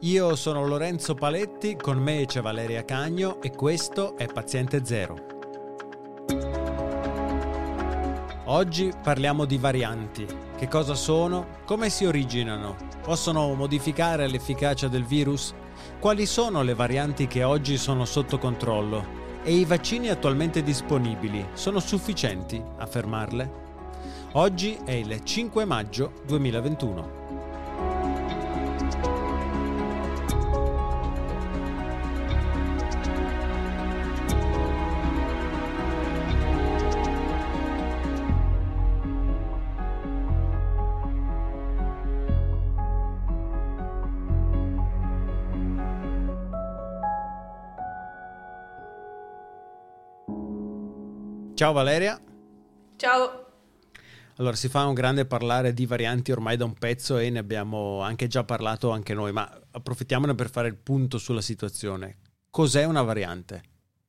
Io sono Lorenzo Paletti, con me c'è Valeria Cagno e questo è Paziente Zero. Oggi parliamo di varianti. Che cosa sono? Come si originano? Possono modificare l'efficacia del virus? Quali sono le varianti che oggi sono sotto controllo? E i vaccini attualmente disponibili sono sufficienti a fermarle? Oggi è il 5 maggio 2021. Ciao Valeria. Ciao. Allora, si fa un grande parlare di varianti ormai da un pezzo e ne abbiamo anche già parlato anche noi, ma approfittiamone per fare il punto sulla situazione. Cos'è una variante?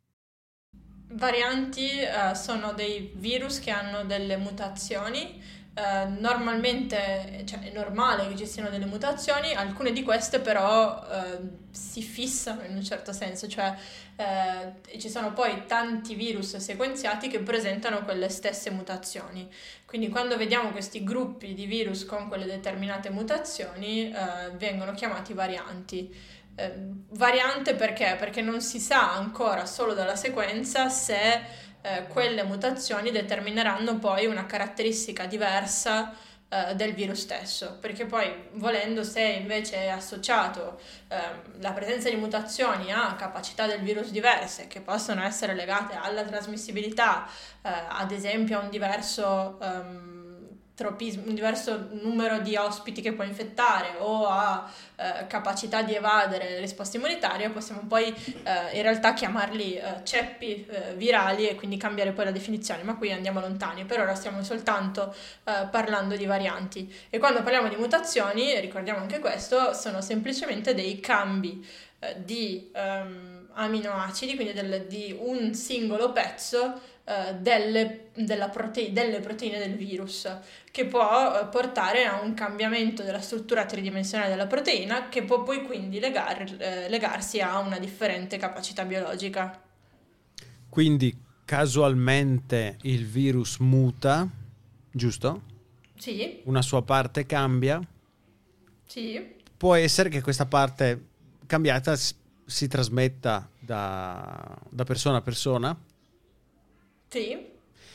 Varianti sono dei virus che hanno delle mutazioni. Normalmente, cioè, è normale che ci siano delle mutazioni, alcune di queste però si fissano in un certo senso, cioè ci sono poi tanti virus sequenziati che presentano quelle stesse mutazioni. Quindi quando vediamo questi gruppi di virus con quelle determinate mutazioni vengono chiamati varianti. Variante perché? Perché non si sa ancora solo dalla sequenza se quelle mutazioni determineranno poi una caratteristica diversa del virus stesso, perché poi volendo, se invece è associato la presenza di mutazioni a capacità del virus diverse che possono essere legate alla trasmissibilità, ad esempio a un diverso un diverso numero di ospiti che può infettare o a capacità di evadere le risposte immunitarie, possiamo poi in realtà chiamarli ceppi virali e quindi cambiare poi la definizione, ma qui andiamo lontani. Per ora stiamo soltanto parlando di varianti, e quando parliamo di mutazioni, ricordiamo anche questo, sono semplicemente dei cambi di aminoacidi, quindi di un singolo pezzo delle proteine del virus, che può portare a un cambiamento della struttura tridimensionale della proteina, che può poi quindi legarsi a una differente capacità biologica. Quindi casualmente il virus muta, giusto? Sì. Una sua parte cambia. Sì. Può essere che questa parte cambiata si trasmetta da persona a persona. Sì.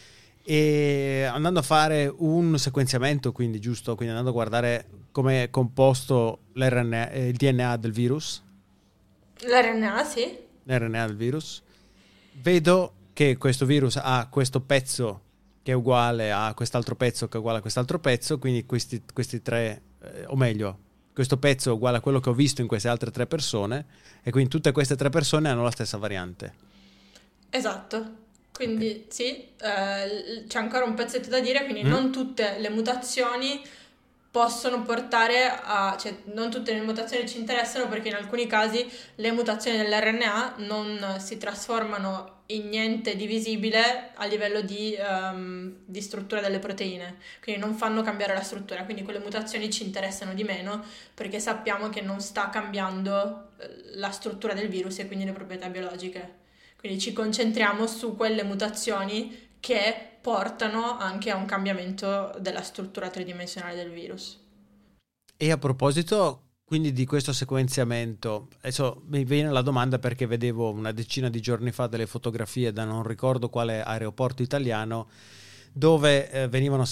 E andando a fare un sequenziamento, quindi giusto, quindi andando a guardare come è composto l'RNA, il DNA del virus. L'RNA, sì. L'RNA del virus. Vedo che questo virus ha questo pezzo che è uguale a quest'altro pezzo che è uguale a quest'altro pezzo, quindi questi tre, o meglio, questo pezzo è uguale a quello che ho visto in queste altre 3 persone, e quindi tutte queste 3 persone hanno la stessa variante. Esatto. Quindi okay. Sì, c'è ancora un pezzetto da dire, quindi non tutte le mutazioni possono portare cioè non tutte le mutazioni ci interessano, perché in alcuni casi le mutazioni dell'RNA non si trasformano in niente di visibile a livello di struttura delle proteine, quindi non fanno cambiare la struttura, quindi quelle mutazioni ci interessano di meno perché sappiamo che non sta cambiando la struttura del virus e quindi le proprietà biologiche. Quindi ci concentriamo su quelle mutazioni che portano anche a un cambiamento della struttura tridimensionale del virus. E a proposito quindi di questo sequenziamento, adesso mi viene la domanda perché vedevo una decina di giorni fa delle fotografie da non ricordo quale aeroporto italiano dove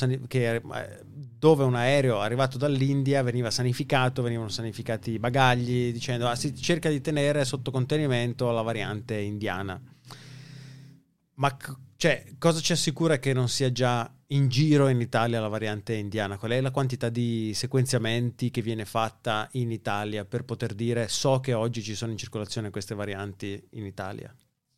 dove un aereo arrivato dall'India veniva sanificato, venivano sanificati i bagagli, dicendo si cerca di tenere sotto contenimento la variante indiana. Ma cosa ci assicura che non sia già in giro in Italia la variante indiana? Qual è la quantità di sequenziamenti che viene fatta in Italia per poter dire so che oggi ci sono in circolazione queste varianti in Italia?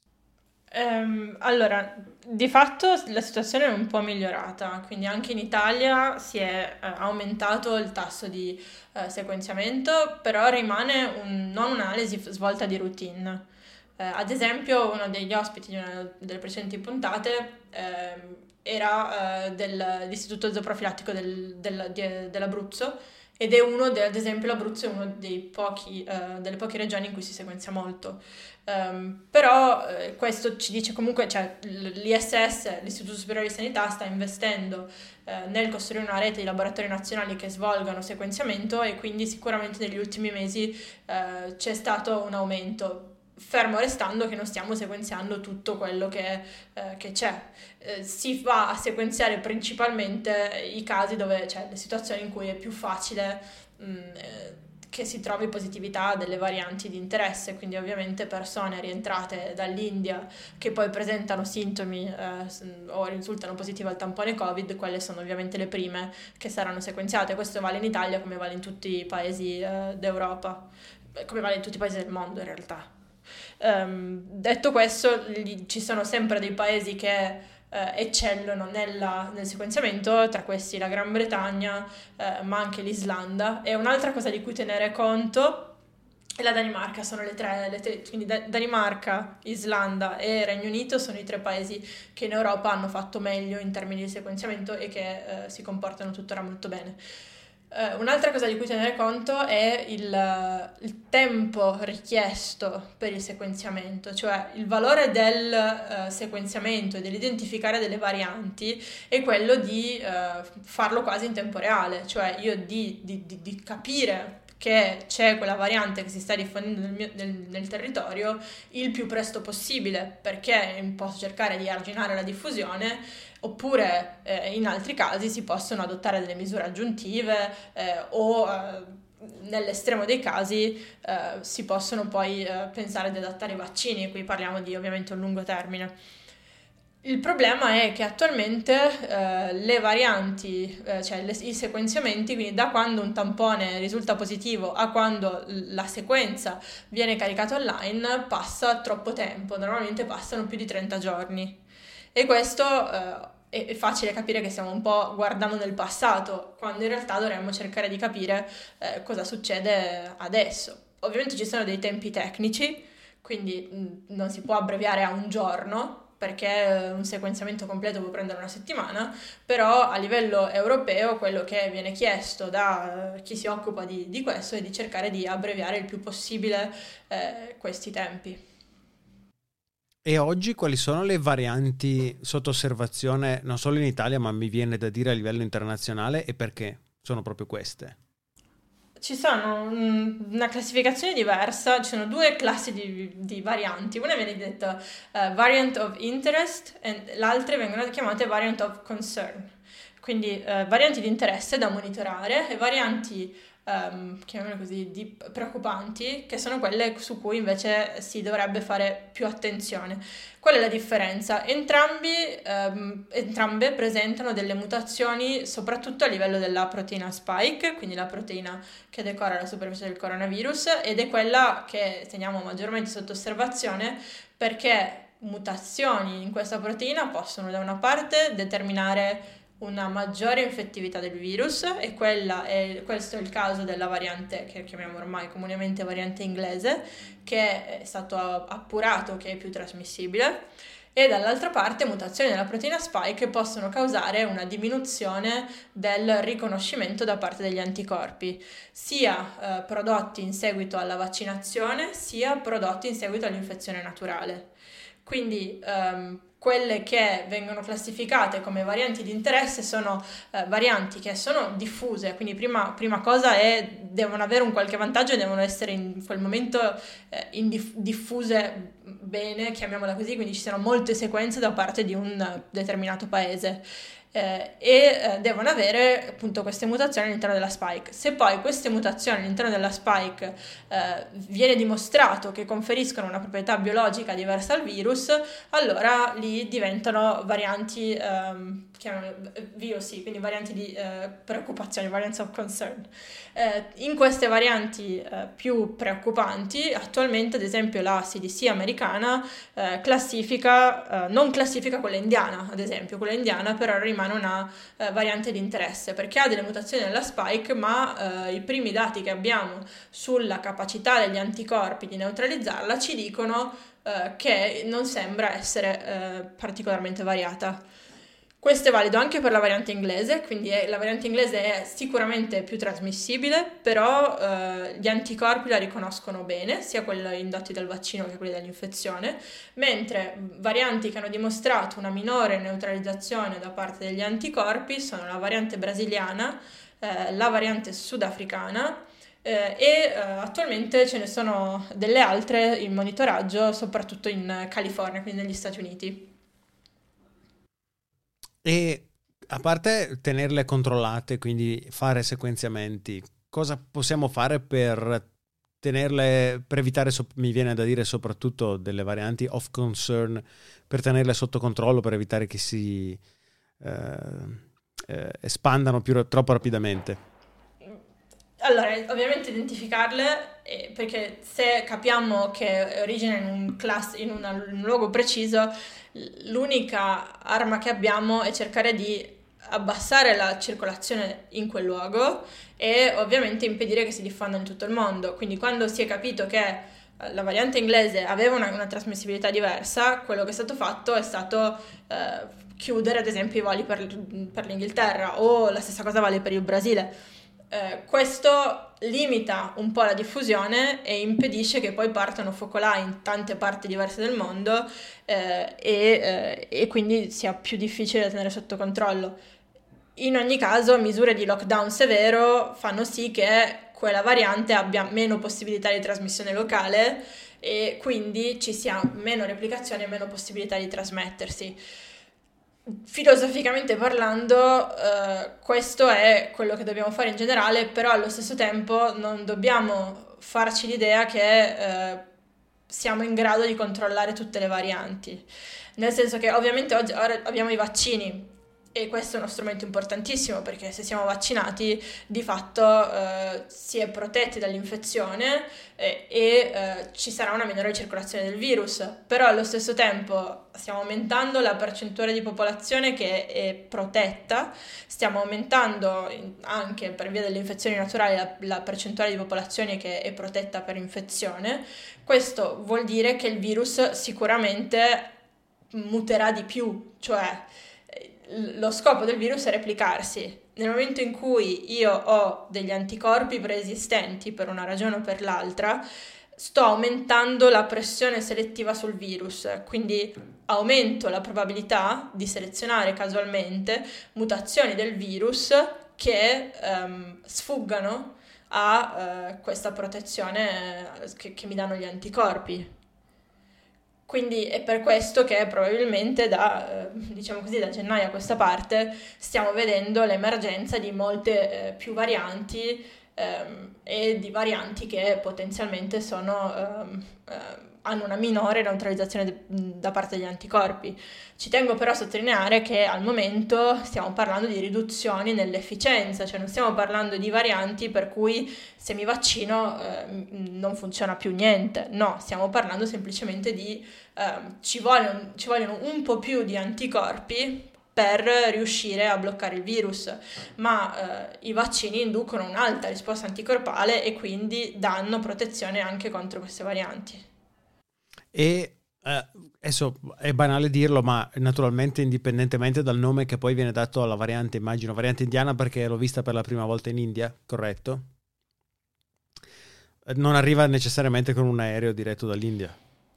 Allora, di fatto la situazione è un po' migliorata, quindi anche in Italia si è aumentato il tasso di sequenziamento, però rimane non un'analisi svolta di routine. Ad esempio, uno degli ospiti di una delle precedenti puntate era dell'Istituto Zooprofilattico dell'Abruzzo, ed è ad esempio l'Abruzzo è uno delle poche regioni in cui si sequenzia molto. Però questo ci dice comunque, cioè l'ISS, l'Istituto Superiore di Sanità, sta investendo nel costruire una rete di laboratori nazionali che svolgano sequenziamento, e quindi sicuramente negli ultimi mesi c'è stato un aumento, fermo restando che non stiamo sequenziando tutto quello che c'è. Si va a sequenziare principalmente i casi dove c'è le situazioni in cui è più facile che si trovi positività delle varianti di interesse, quindi ovviamente persone rientrate dall'India che poi presentano sintomi o risultano positive al tampone Covid, quelle sono ovviamente le prime che saranno sequenziate. Questo vale in Italia come vale in tutti i paesi d'Europa, come vale in tutti i paesi del mondo in realtà. Detto questo, ci sono sempre dei paesi che eccellono nel sequenziamento, tra questi la Gran Bretagna, ma anche l'Islanda. E un'altra cosa di cui tenere conto è la Danimarca. Sono le tre, quindi Danimarca, Islanda e Regno Unito sono i 3 paesi che in Europa hanno fatto meglio in termini di sequenziamento e che si comportano tuttora molto bene. Un'altra cosa di cui tenere conto è il tempo richiesto per il sequenziamento, cioè il valore del sequenziamento e dell'identificare delle varianti è quello di farlo quasi in tempo reale, cioè io di capire che c'è quella variante che si sta diffondendo nel territorio il più presto possibile, perché posso cercare di arginare la diffusione, oppure in altri casi si possono adottare delle misure aggiuntive o nell'estremo dei casi si possono poi pensare di adattare i vaccini, e qui parliamo di ovviamente un lungo termine. Il problema è che attualmente le varianti, cioè i sequenziamenti, quindi da quando un tampone risulta positivo a quando la sequenza viene caricata online, passa troppo tempo, normalmente passano più di 30 giorni. E questo è facile capire che stiamo un po' guardando nel passato, quando in realtà dovremmo cercare di capire cosa succede adesso. Ovviamente ci sono dei tempi tecnici, quindi non si può abbreviare a un giorno, perché un sequenziamento completo può prendere una settimana, però a livello europeo quello che viene chiesto da chi si occupa di questo è di cercare di abbreviare il più possibile questi tempi. E oggi quali sono le varianti sotto osservazione non solo in Italia, ma mi viene da dire a livello internazionale, e perché sono proprio queste? Ci sono una classificazione diversa, ci sono 2 classi di varianti, una viene detta variant of interest e le altre vengono chiamate variant of concern, quindi varianti di interesse da monitorare e varianti chiamiamole così, preoccupanti, che sono quelle su cui invece si dovrebbe fare più attenzione. Qual è la differenza? Entrambe presentano delle mutazioni soprattutto a livello della proteina spike, quindi la proteina che decora la superficie del coronavirus, ed è quella che teniamo maggiormente sotto osservazione perché mutazioni in questa proteina possono da una parte determinare una maggiore infettività del virus, e questo è il caso della variante che chiamiamo ormai comunemente variante inglese, che è stato appurato che è più trasmissibile, e dall'altra parte mutazioni nella proteina spike possono causare una diminuzione del riconoscimento da parte degli anticorpi, sia prodotti in seguito alla vaccinazione, sia prodotti in seguito all'infezione naturale. Quindi quelle che vengono classificate come varianti di interesse sono varianti che sono diffuse, quindi prima cosa è devono avere un qualche vantaggio e devono essere in quel momento diffuse bene, chiamiamola così, quindi ci siano molte sequenze da parte di un determinato paese. Devono avere appunto queste mutazioni all'interno della spike. Se poi queste mutazioni all'interno della spike viene dimostrato che conferiscono una proprietà biologica diversa al virus, allora lì diventano varianti VOC, quindi varianti di preoccupazione, variants of concern. In queste varianti più preoccupanti, attualmente ad esempio la CDC americana non classifica quella indiana, ad esempio quella indiana però rimane una variante di interesse perché ha delle mutazioni nella spike, ma i primi dati che abbiamo sulla capacità degli anticorpi di neutralizzarla ci dicono che non sembra essere particolarmente variata. Questo è valido anche per la variante inglese, quindi la variante inglese è sicuramente più trasmissibile, però gli anticorpi la riconoscono bene, sia quelli indotti dal vaccino che quelli dall'infezione, mentre varianti che hanno dimostrato una minore neutralizzazione da parte degli anticorpi sono la variante brasiliana, la variante sudafricana e attualmente ce ne sono delle altre in monitoraggio, soprattutto in California, quindi negli Stati Uniti. E a parte tenerle controllate, quindi fare sequenziamenti, cosa possiamo fare per tenerle, per evitare, mi viene da dire soprattutto delle varianti of concern, per tenerle sotto controllo, per evitare che si espandano troppo rapidamente? Allora, ovviamente identificarle, perché se capiamo che origina in un luogo preciso, l'unica arma che abbiamo è cercare di abbassare la circolazione in quel luogo e ovviamente impedire che si diffonda in tutto il mondo. Quindi quando si è capito che la variante inglese aveva una trasmissibilità diversa, quello che è stato fatto è stato chiudere ad esempio i voli per l'Inghilterra, o la stessa cosa vale per il Brasile. Questo limita un po' la diffusione e impedisce che poi partano focolai in tante parti diverse del mondo e quindi sia più difficile da tenere sotto controllo. In ogni caso, misure di lockdown severo fanno sì che quella variante abbia meno possibilità di trasmissione locale e quindi ci sia meno replicazione e meno possibilità di trasmettersi. Filosoficamente parlando, questo è quello che dobbiamo fare in generale, però allo stesso tempo non dobbiamo farci l'idea che siamo in grado di controllare tutte le varianti. Nel senso che ovviamente ora abbiamo i vaccini e questo è uno strumento importantissimo, perché se siamo vaccinati di fatto si è protetti dall'infezione e ci sarà una minore circolazione del virus, però allo stesso tempo stiamo aumentando la percentuale di popolazione che è protetta, stiamo aumentando anche per via delle infezioni naturali la percentuale di popolazione che è protetta per infezione. Questo vuol dire che il virus sicuramente muterà di più, cioè lo scopo del virus è replicarsi. Nel momento in cui io ho degli anticorpi preesistenti per una ragione o per l'altra, sto aumentando la pressione selettiva sul virus, quindi aumento la probabilità di selezionare casualmente mutazioni del virus che sfuggano a questa protezione che mi danno gli anticorpi. Quindi è per questo che probabilmente diciamo così, da gennaio a questa parte stiamo vedendo l'emergenza di molte più varianti e di varianti che potenzialmente hanno una minore neutralizzazione da parte degli anticorpi. Ci tengo però a sottolineare che al momento stiamo parlando di riduzioni nell'efficienza, cioè non stiamo parlando di varianti per cui se mi vaccino non funziona più niente, no, stiamo parlando semplicemente di ci vogliono un po' più di anticorpi per riuscire a bloccare il virus, ma i vaccini inducono un'alta risposta anticorpale e quindi danno protezione anche contro queste varianti. E adesso è banale dirlo, ma naturalmente indipendentemente dal nome che poi viene dato alla variante, immagino variante indiana perché l'ho vista per la prima volta in India, corretto? Non arriva necessariamente con un aereo diretto dall'India.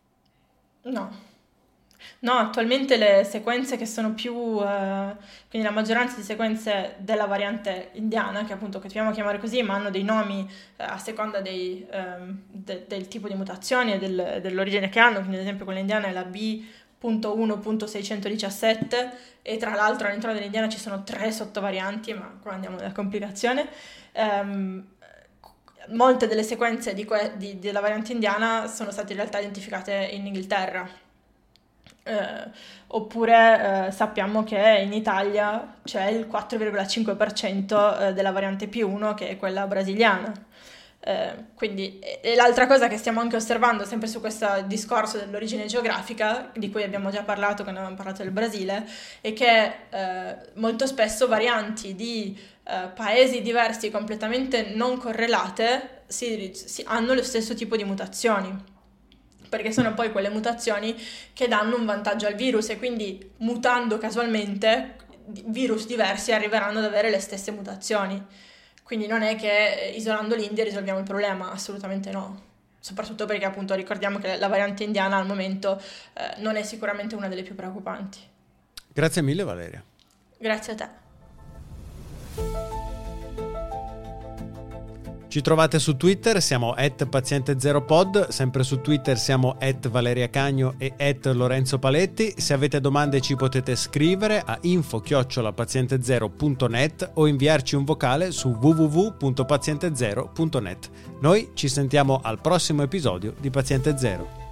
No, attualmente le sequenze che sono quindi la maggioranza di sequenze della variante indiana, che appunto continuiamo a chiamare così, ma hanno dei nomi a seconda del tipo di mutazioni e dell'origine che hanno, quindi ad esempio quella indiana è la B.1.617 e tra l'altro all'interno dell'indiana ci sono 3 sottovarianti, ma qua andiamo nella complicazione. Molte delle sequenze della variante indiana sono state in realtà identificate in Inghilterra. Oppure sappiamo che in Italia c'è il 4,5% della variante P1 che è quella brasiliana. Quindi e l'altra cosa che stiamo anche osservando sempre su questo discorso dell'origine geografica, di cui abbiamo già parlato quando abbiamo parlato del Brasile, è che molto spesso varianti di paesi diversi completamente non correlate hanno lo stesso tipo di mutazioni, perché sono poi quelle mutazioni che danno un vantaggio al virus e quindi mutando casualmente virus diversi arriveranno ad avere le stesse mutazioni. Quindi non è che isolando l'India risolviamo il problema, assolutamente no. Soprattutto perché appunto ricordiamo che la variante indiana al momento non è sicuramente una delle più preoccupanti. Grazie mille Valeria. Grazie a te. Ci trovate su Twitter, siamo @paziente0pod, sempre su Twitter siamo @valeriacagno e @Lorenzo Paletti. Se avete domande ci potete scrivere a info@pazientezero.net o inviarci un vocale su www.pazientezero.net. Noi ci sentiamo al prossimo episodio di Paziente Zero.